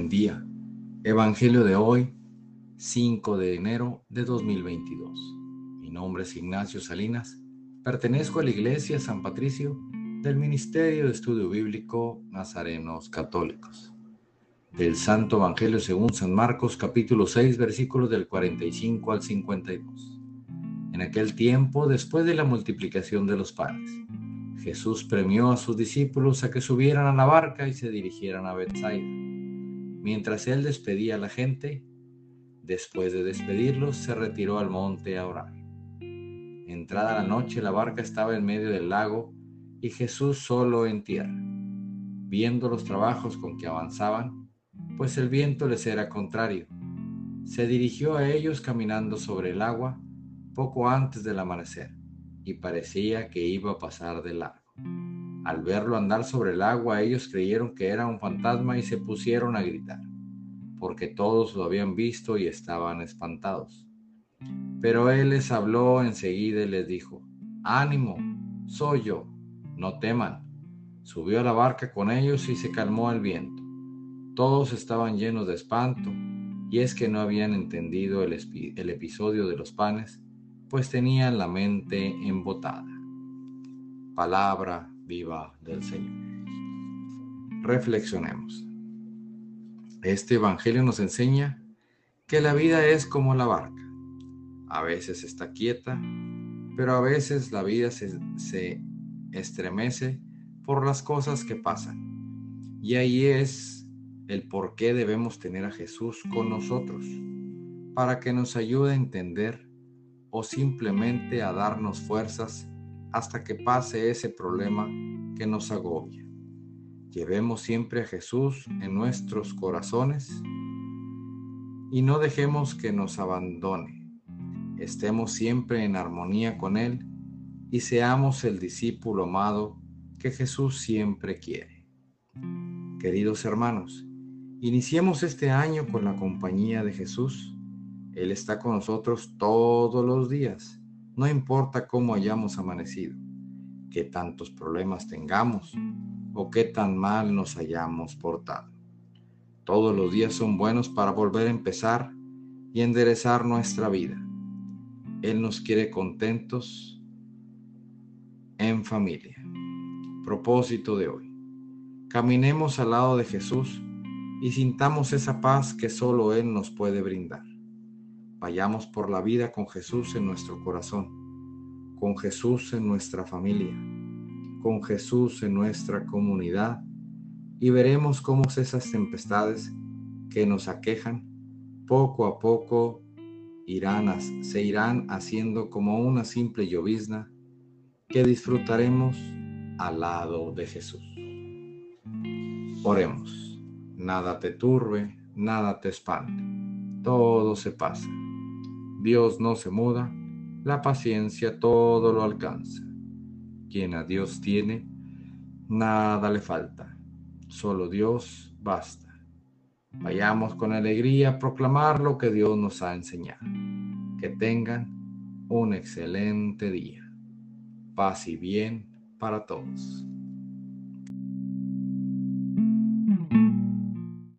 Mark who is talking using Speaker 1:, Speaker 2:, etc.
Speaker 1: día. Evangelio de hoy, 5 de enero de 2022. Mi nombre es Ignacio Salinas. Pertenezco a la Iglesia San Patricio del Ministerio de Estudio Bíblico Nazarenos Católicos. Del Santo Evangelio según San Marcos, capítulo 6, versículos del 45 al 52. En aquel tiempo, después de la multiplicación de los panes, Jesús premió a sus discípulos a que subieran a la barca y se dirigieran a Betsaida. Mientras él despedía a la gente, después de despedirlos, se retiró al monte a orar. Entrada la noche, la barca estaba en medio del lago y Jesús solo en tierra. Viendo los trabajos con que avanzaban, pues el viento les era contrario, se dirigió a ellos caminando sobre el agua poco antes del amanecer, y parecía que iba a pasar de largo. Al verlo andar sobre el agua, ellos creyeron que era un fantasma y se pusieron a gritar, porque todos lo habían visto y estaban espantados. Pero él les habló enseguida y les dijo: «Ánimo, soy yo, no teman». Subió a la barca con ellos y se calmó el viento. Todos estaban llenos de espanto, y es que no habían entendido el episodio de los panes, pues tenían la mente embotada. Palabra viva del Señor. Reflexionemos. Este evangelio nos enseña que la vida es como la barca. A veces está quieta, pero a veces la vida se estremece por las cosas que pasan. Y ahí es el por qué debemos tener a Jesús con nosotros, para que nos ayude a entender o simplemente a darnos fuerzas hasta que pase ese problema que nos agobia. Llevemos siempre a Jesús en nuestros corazones y no dejemos que nos abandone. Estemos siempre en armonía con Él y seamos el discípulo amado que Jesús siempre quiere. Queridos hermanos, iniciemos este año con la compañía de Jesús. Él está con nosotros todos los días, no importa cómo hayamos amanecido, qué tantos problemas tengamos o qué tan mal nos hayamos portado. Todos los días son buenos para volver a empezar y enderezar nuestra vida. Él nos quiere contentos en familia. Propósito de hoy: caminemos al lado de Jesús y sintamos esa paz que solo Él nos puede brindar. Vayamos por la vida con Jesús en nuestro corazón, con Jesús en nuestra familia, con Jesús en nuestra comunidad, y veremos cómo esas tempestades que nos aquejan poco a poco se irán haciendo como una simple llovizna que disfrutaremos al lado de Jesús. Oremos. Nada te turbe, nada te espante, todo se pasa. Dios no se muda, la paciencia todo lo alcanza. Quien a Dios tiene, nada le falta, solo Dios basta. Vayamos con alegría a proclamar lo que Dios nos ha enseñado. Que tengan un excelente día. Paz y bien para todos.